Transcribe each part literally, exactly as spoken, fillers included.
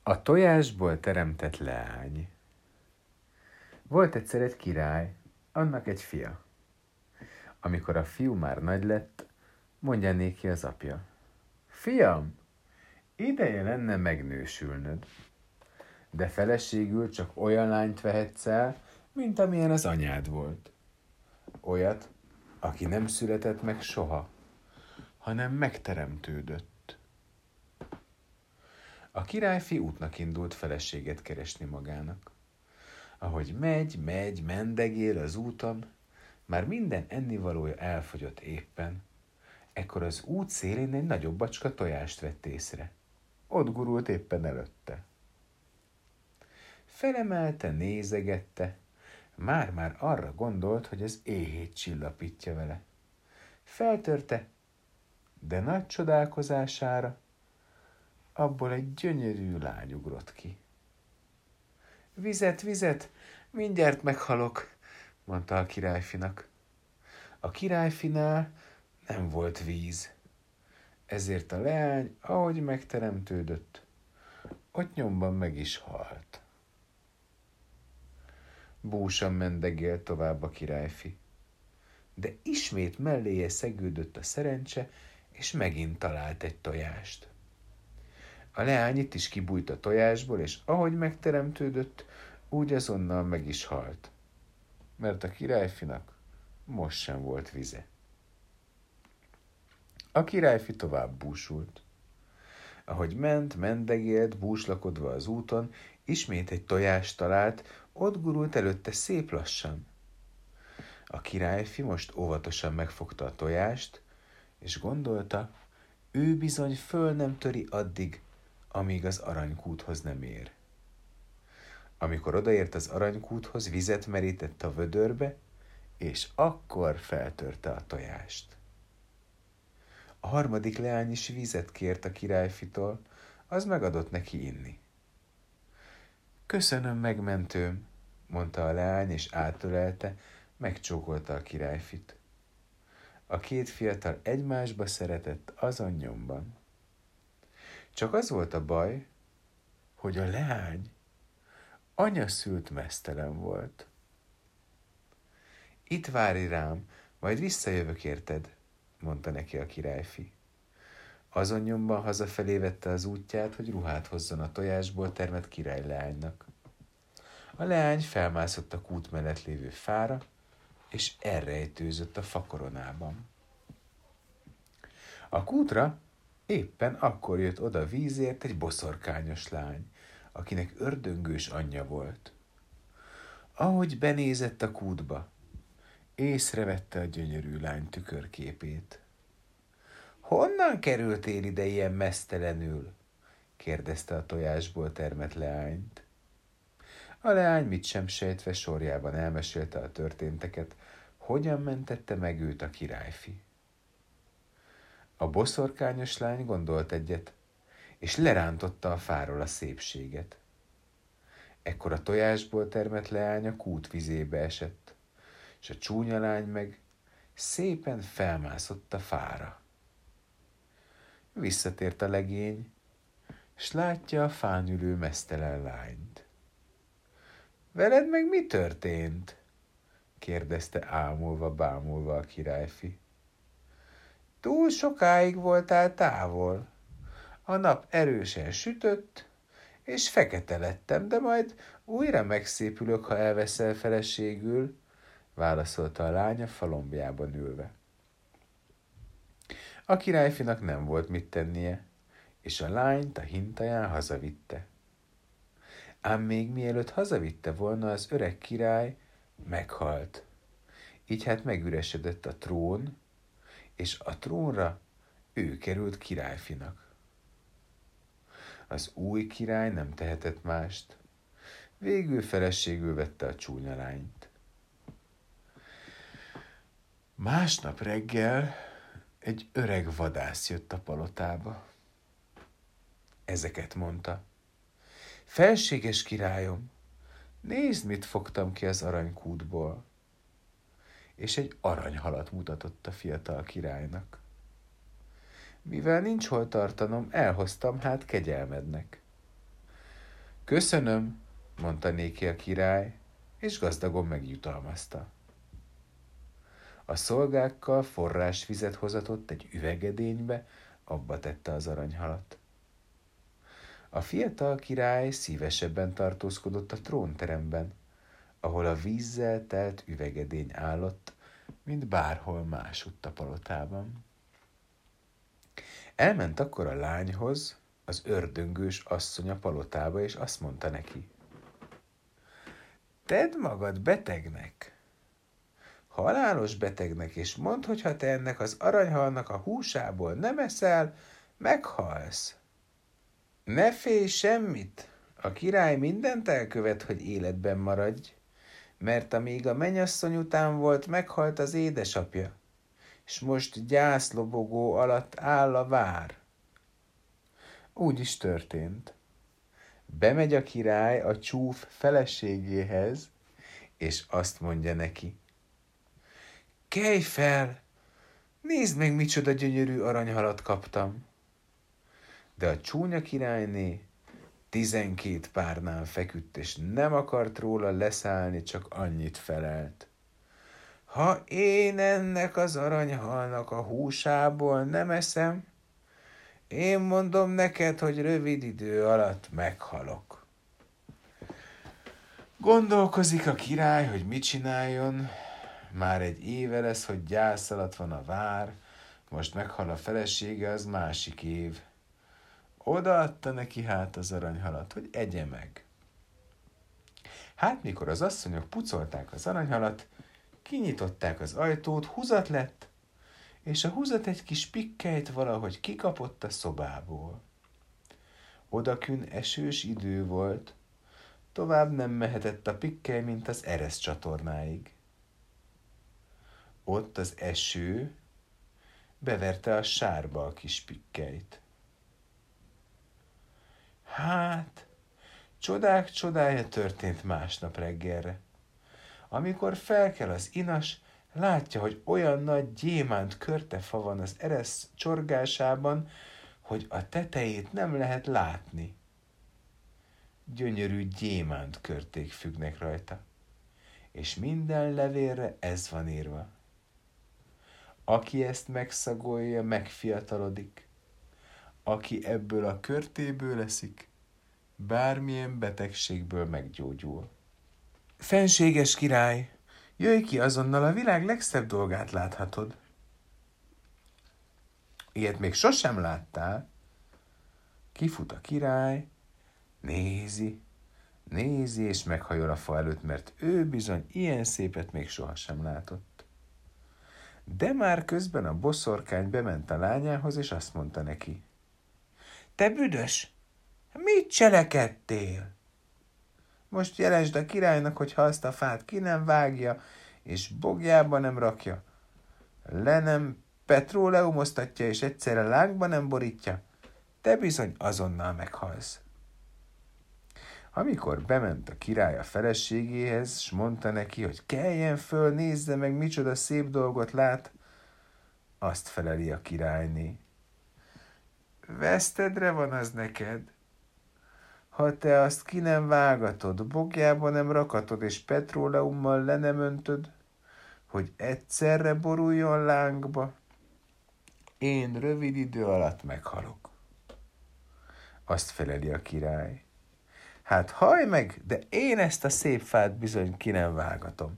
A tojásból teremtett leány. Volt egyszer egy király, annak egy fia. Amikor a fiú már nagy lett, mondja néki az apja: Fiam, ideje lenne megnősülnöd, de feleségül csak olyan lányt vehetsz el, mint amilyen az anyád volt. Olyat, aki nem született meg soha, hanem megteremtődött. A királyfi útnak indult feleséget keresni magának. Ahogy megy, megy, mendegél az úton, már minden ennivalója elfogyott éppen, ekkor az út szélén egy nagyobb bacska tojást vett észre. Ott gurult éppen előtte. Felemelte, nézegette, már-már arra gondolt, hogy az éhét csillapítja vele. Feltörte, de nagy csodálkozására abból egy gyönyörű lány ugrott ki. Vizet, vizet, mindjárt meghalok, mondta a királyfinak. A királyfinál nem volt víz, ezért a leány, ahogy megteremtődött, ott nyomban meg is halt. Búsan mendegélt tovább a királyfi, de ismét melléje szegődött a szerencse, és megint talált egy tojást. A leány itt is kibújt a tojásból, és ahogy megteremtődött, úgy azonnal meg is halt, mert a királyfinak most sem volt vize. A királyfi tovább búsult. Ahogy ment, mendegélt, búslakodva az úton, ismét egy tojást talált, ott gurult előtte szép lassan. A királyfi most óvatosan megfogta a tojást, és gondolta, ő bizony föl nem töri addig, amíg az aranykúthoz nem ér. Amikor odaért az aranykúthoz, vizet merített a vödörbe, és akkor feltörte a tojást. A harmadik leány is vizet kért a királyfitól, az megadott neki inni. Köszönöm, megmentőm, mondta a leány, és átölelte, megcsókolta a királyfit. A két fiatal egymásba szeretett azon nyomban. Csak az volt a baj, hogy a leány anyaszült meztelen volt. Itt várj rám, majd visszajövök érted, mondta neki a királyfi. Azon nyomban hazafelé vette az útját, hogy ruhát hozzon a tojásból termett királyleánynak. A leány felmászott a kút mellett lévő fára, és elrejtőzött a fakoronában. A kútra éppen akkor jött oda vízért egy boszorkányos lány, akinek ördöngős anyja volt. Ahogy benézett a kútba, észrevette a gyönyörű lány tükörképét. Honnan kerültél ide ilyen meztelenül? kérdezte a tojásból termett leányt. A leány mit sem sejtve sorjában elmesélte a történteket, hogyan mentette meg őt a királyfi. A boszorkányos lány gondolt egyet, és lerántotta a fáról a szépséget. Ekkor a tojásból termett leány a kút vizébe esett, és a csúnya lány meg szépen felmászott a fára. Visszatért a legény, s látja a fán ülő meztelen lányt. Veled meg mi történt? kérdezte ámulva, bámulva a királyfi. Túl sokáig voltál távol. A nap erősen sütött, és fekete lettem, de majd újra megszépülök, ha elveszel feleségül, válaszolta a lány a falombjában ülve. A királyfinak nem volt mit tennie, és a lányt a hintaján hazavitte. Ám még mielőtt hazavitte volna, az öreg király meghalt. Így hát megüresedett a trón, és a trónra ő került királyfinak. Az új király nem tehetett mást. Végül feleségül vette a csúnya lányt. Másnap reggel egy öreg vadász jött a palotába. Ezeket mondta. Felséges királyom, nézd, mit fogtam ki az aranykútból. És egy aranyhalat mutatott a fiatal királynak. Mivel nincs hol tartanom, elhoztam hát kegyelmednek. Köszönöm, mondta néki a király, és gazdagon megjutalmazta. A szolgákkal forrásvizet hozatott egy üvegedénybe, abba tette az aranyhalat. A fiatal király szívesebben tartózkodott a trónteremben, ahol a vízzel telt üvegedény állott, mint bárhol másutt a palotában. Elment akkor a lányhoz, az ördöngős asszony a palotába, és azt mondta neki: tedd magad betegnek, halálos betegnek, és mondd, hogy ha te ennek az aranyhalnak a húsából nem eszel, meghalsz. Ne félj semmit, a király mindent elkövet, hogy életben maradj, mert amíg a mennyasszony után volt, meghalt az édesapja, és most gyászlobogó alatt áll a vár. Úgy is történt. Bemegy a király a csúf feleségéhez, és azt mondja neki: kelj fel, nézd meg, micsoda gyönyörű aranyhalat kaptam. De a csúnya királyné tizenkét párnán feküdt, és nem akart róla leszállni, csak annyit felelt: ha én ennek az aranyhalnak a húsából nem eszem, én mondom neked, hogy rövid idő alatt meghalok. Gondolkozik a király, hogy mit csináljon. Már egy éve lesz, hogy gyász alatt van a vár, most meghal a felesége, az másik év. Odaadta neki hát az aranyhalat, hogy egye meg. Hát mikor az asszonyok pucolták az aranyhalat, kinyitották az ajtót, húzat lett, és a húzat egy kis pikkelyt valahogy kikapott a szobából. Odakün esős idő volt, tovább nem mehetett a pikkely, mint az Eresz csatornáig. Ott az eső beverte a sárba a kis pikkelyt. Hát, csodák csodája történt másnap reggelre. Amikor felkel az inas, látja, hogy olyan nagy gyémánt körtefa van az Eresz csorgásában, hogy a tetejét nem lehet látni. Gyönyörű gyémánt körték függnek rajta, és minden levélre ez van írva: aki ezt megszagolja, megfiatalodik, aki ebből a körtéből eszik, bármilyen betegségből meggyógyul. Fenséges király, jöjj ki azonnal, a világ legszebb dolgát láthatod. Ilyet még sosem láttál? Kifut a király, nézi, nézi, és meghajol a fa előtt, mert ő bizony ilyen szépet még sohasem látott. De már közben a boszorkány bement a lányához, és azt mondta neki: te büdös, mit cselekedtél? Most jelesd a királynak, hogy ha azt a fát ki nem vágja, és bogjába nem rakja, le nem petróleumoztatja, és egyszerre lángba nem borítja, te bizony azonnal meghalsz. Amikor bement a király a feleségéhez, s mondta neki, hogy keljen föl, nézze meg, micsoda szép dolgot lát, azt feleli a királyné: vesztedre van az neked. Ha te azt ki nem vágatod, bogjába nem rakatod, és petróleummal le nem öntöd, hogy egyszerre boruljon lángba, én rövid idő alatt meghalok. Azt feleli a király: hát hajj meg, de én ezt a szép fát bizony ki nem vágatom.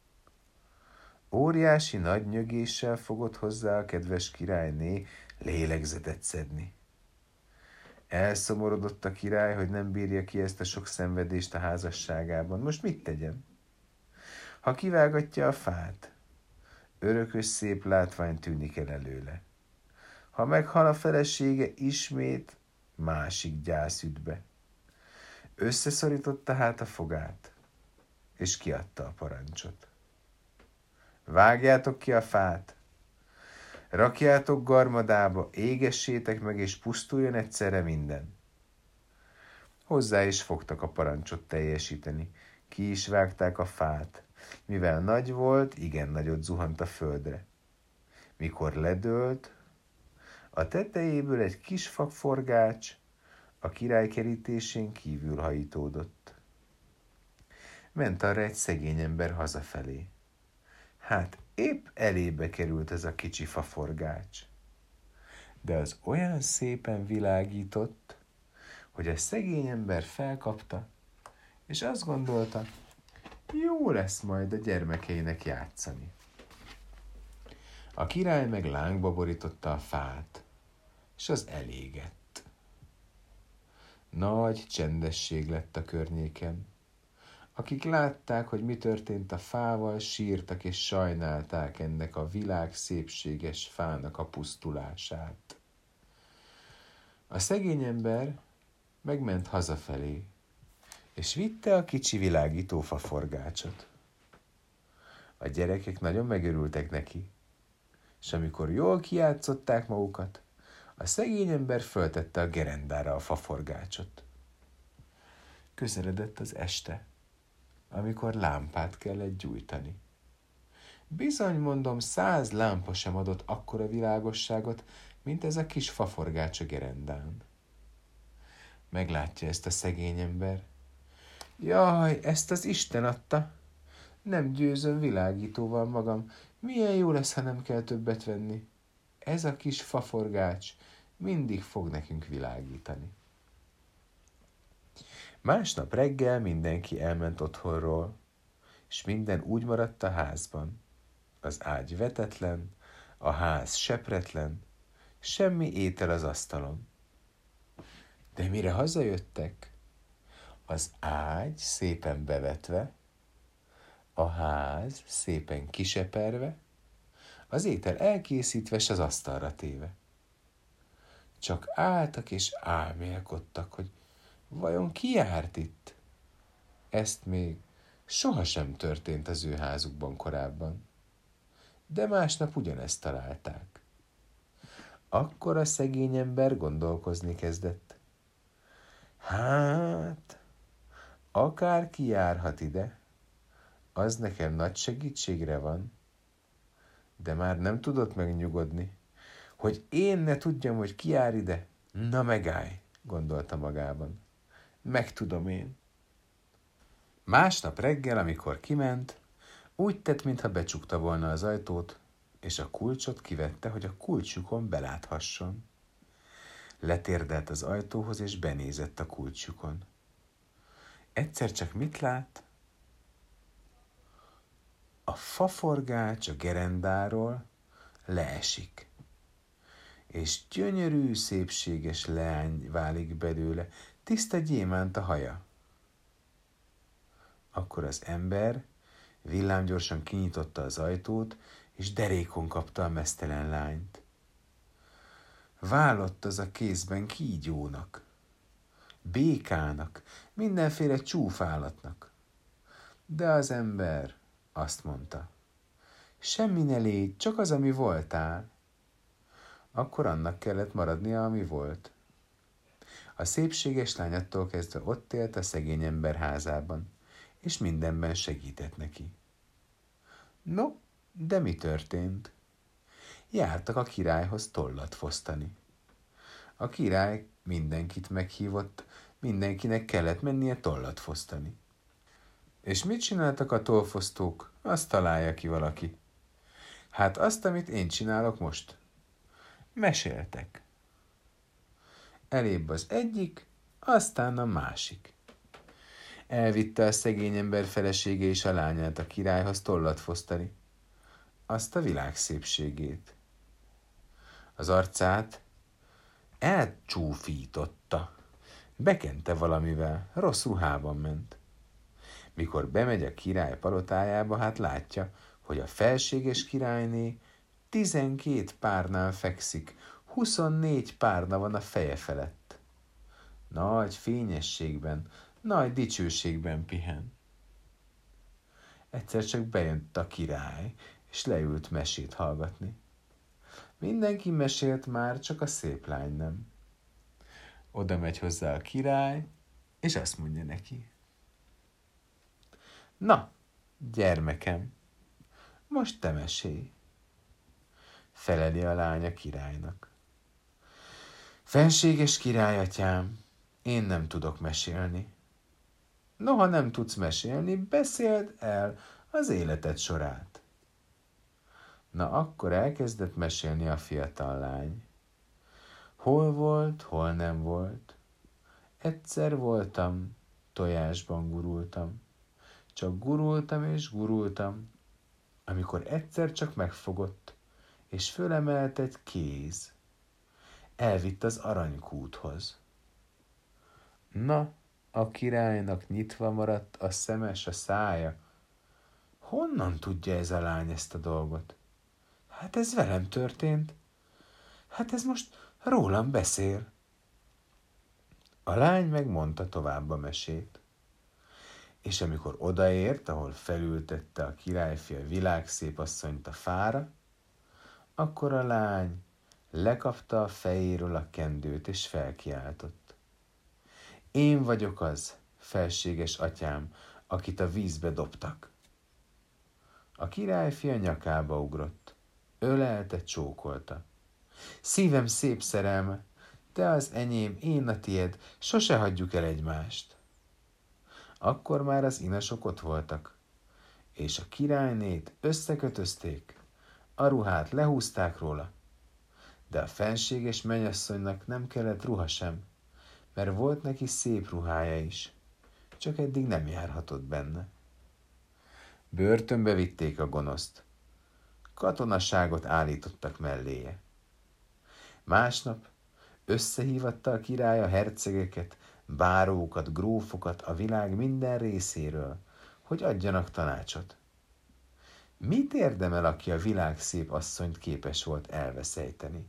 Óriási nagy nyögéssel fogott hozzá a kedves királyné lélegzetet szedni. Elszomorodott a király, hogy nem bírja ki ezt a sok szenvedést a házasságában. Most mit tegyen? Ha kivágatja a fát, örökös szép látvány tűnik el előle. Ha meghal a felesége, ismét másik gyász üt be. Összeszorította hát a fogát, és kiadta a parancsot: vágjátok ki a fát, rakjátok garmadába, égessétek meg, és pusztuljon egyszerre minden. Hozzá is fogtak a parancsot teljesíteni. Ki is vágták a fát. Mivel nagy volt, igen nagyot zuhant a földre. Mikor ledőlt, a tetejéből egy kis fakforgács, A király kerítésén kívül hajítódott. Ment arra egy szegény ember hazafelé. Hát épp elébe került ez a kicsi faforgács. De az olyan szépen világított, hogy a szegény ember felkapta, és azt gondolta, jó lesz majd a gyermekeinek játszani. A király meg lángba borította a fát, és az elégett. Nagy csendesség lett a környéken. Akik látták, hogy mi történt a fával, sírtak és sajnálták ennek a világ szépséges fának a pusztulását. A szegény ember megment hazafelé, és vitte a kicsi világító faforgácsot. A gyerekek nagyon megörültek neki, és amikor jól kijátszották magukat, a szegény ember föltette a gerendára a faforgácsot. Közeledett az este, amikor lámpát kellett gyújtani. Bizony, mondom, száz lámpa sem adott akkora világosságot, mint ez a kis faforgács a gerendán. Meglátja ezt a szegény ember. Jaj, ezt az Isten adta. Nem győzöm világítóval magam. Milyen jó lesz, ha nem kell többet venni. Ez a kis faforgács mindig fog nekünk világítani. Másnap reggel mindenki elment otthonról, és minden úgy maradt a házban. Az ágy vetetlen, a ház sepretlen, semmi étel az asztalon. De mire hazajöttek, az ágy szépen bevetve, a ház szépen kiseperve, az étel elkészítve s az asztalra téve. Csak álltak és álmélkodtak, hogy vajon ki járt itt? Ezt még sohasem történt az ő házukban korábban. De másnap ugyanezt találták. Akkor a szegény ember gondolkozni kezdett. Hát, akár ki járhat ide, az nekem nagy segítségre van, de már nem tudott megnyugodni, hogy én ne tudjam, hogy ki jár ide. Na megállj, gondolta magában. Megtudom én. Másnap reggel, amikor kiment, úgy tett, mintha becsukta volna az ajtót, és a kulcsot kivette, hogy a kulcsukon beláthasson. Letérdelt az ajtóhoz, és benézett a kulcsukon. Egyszer csak mit lát? A faforgács a gerendáról leesik, és gyönyörű, szépséges leány válik belőle, tiszta gyémánt a haja. Akkor az ember villámgyorsan kinyitotta az ajtót, és derékon kapta a meztelen lányt. Vállott az a kézben kígyónak, békának, mindenféle csúfállatnak. De az ember azt mondta, semmi ne légy, csak az, ami voltál. Akkor annak kellett maradnia, ami volt. A szépséges lány attól kezdve ott élt a szegény ember házában, és mindenben segített neki. No, de mi történt? Jártak a királyhoz tollat fosztani. A király mindenkit meghívott, mindenkinek kellett mennie tollat fosztani. És mit csináltak a tollfosztók? Azt találja ki valaki. Hát azt, amit én csinálok most. Meséltek. Elébb az egyik, aztán a másik. Elvitte a szegény ember felesége és a lányát a királyhoz tollat fosztani. Azt a világ szépségét. Az arcát elcsúfította. Bekente valamivel, rossz ruhában ment. Mikor bemegy a király palotájába, hát látja, hogy a felséges királyné tizenkét párnál fekszik, huszonnégy párna van a feje felett. Nagy fényességben, nagy dicsőségben pihen. Egyszer csak bejött a király, és leült mesét hallgatni. Mindenki mesélt már, csak a szép lány nem. Oda megy hozzá a király, és azt mondja neki. Na, gyermekem, most te mesélj. Feleli a lány a királynak. Fenséges királyatyám, Én nem tudok mesélni. Noha nem tudsz mesélni, beszéld el az életed sorát. Na akkor elkezdett mesélni a fiatal lány. Hol volt, hol nem volt. Egyszer voltam, tojásban gurultam. Csak gurultam és gurultam, amikor egyszer csak megfogott, és fölemelt egy kéz. Elvitt az aranykúthoz. Na, a királynak nyitva maradt a szeme s a szája. Honnan tudja ez a lány ezt a dolgot? Hát ez velem történt. Hát ez most rólam beszél. A lány megmondta tovább a mesét. És amikor odaért, ahol felültette a királyfia világszép asszonyt a fára, akkor a lány lekapta a fejéről a kendőt, és felkiáltott. Én vagyok az, felséges atyám, akit a vízbe dobtak. A királyfia nyakába ugrott, ölelte, csókolta. Szívem szép szerelme, te az enyém, én a tied, sose hagyjuk el egymást. Akkor már az inasok ott voltak, és a királynét összekötözték, a ruhát lehúzták róla, de a fenséges mennyasszonynak nem kellett ruha sem, mert volt neki szép ruhája is, csak eddig nem járhatott benne. Börtönbe vitték a gonoszt, katonaságot állítottak melléje. Másnap összehívatta a király a hercegeket, bárókat, grófokat a világ minden részéről, hogy adjanak tanácsot. Mit érdemel, aki a világ szép asszonyt képes volt elveszejteni?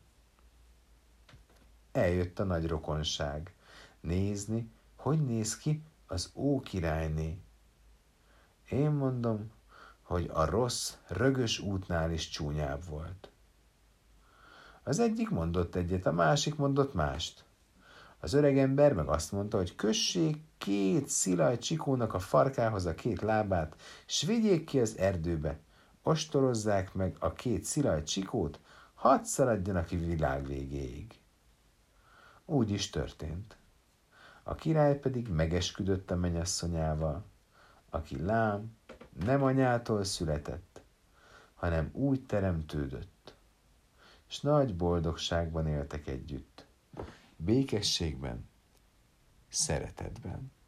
Eljött a nagy rokonság nézni, hogy néz ki az ókirályné. Én mondom, hogy a rossz, rögös útnál is csúnyább volt. Az egyik mondott egyet, a másik mondott mást. Az öregember meg azt mondta, hogy kössék két szilaj csikónak a farkához a két lábát, s vigyék ki az erdőbe, ostorozzák meg a két szilaj csikót, hadd szaladjanak ki világ végéig. Úgy is történt. A király pedig megesküdött a mennyasszonyával, aki lám nem anyától született, hanem úgy teremtődött, s nagy boldogságban éltek együtt, békességben, szeretetben.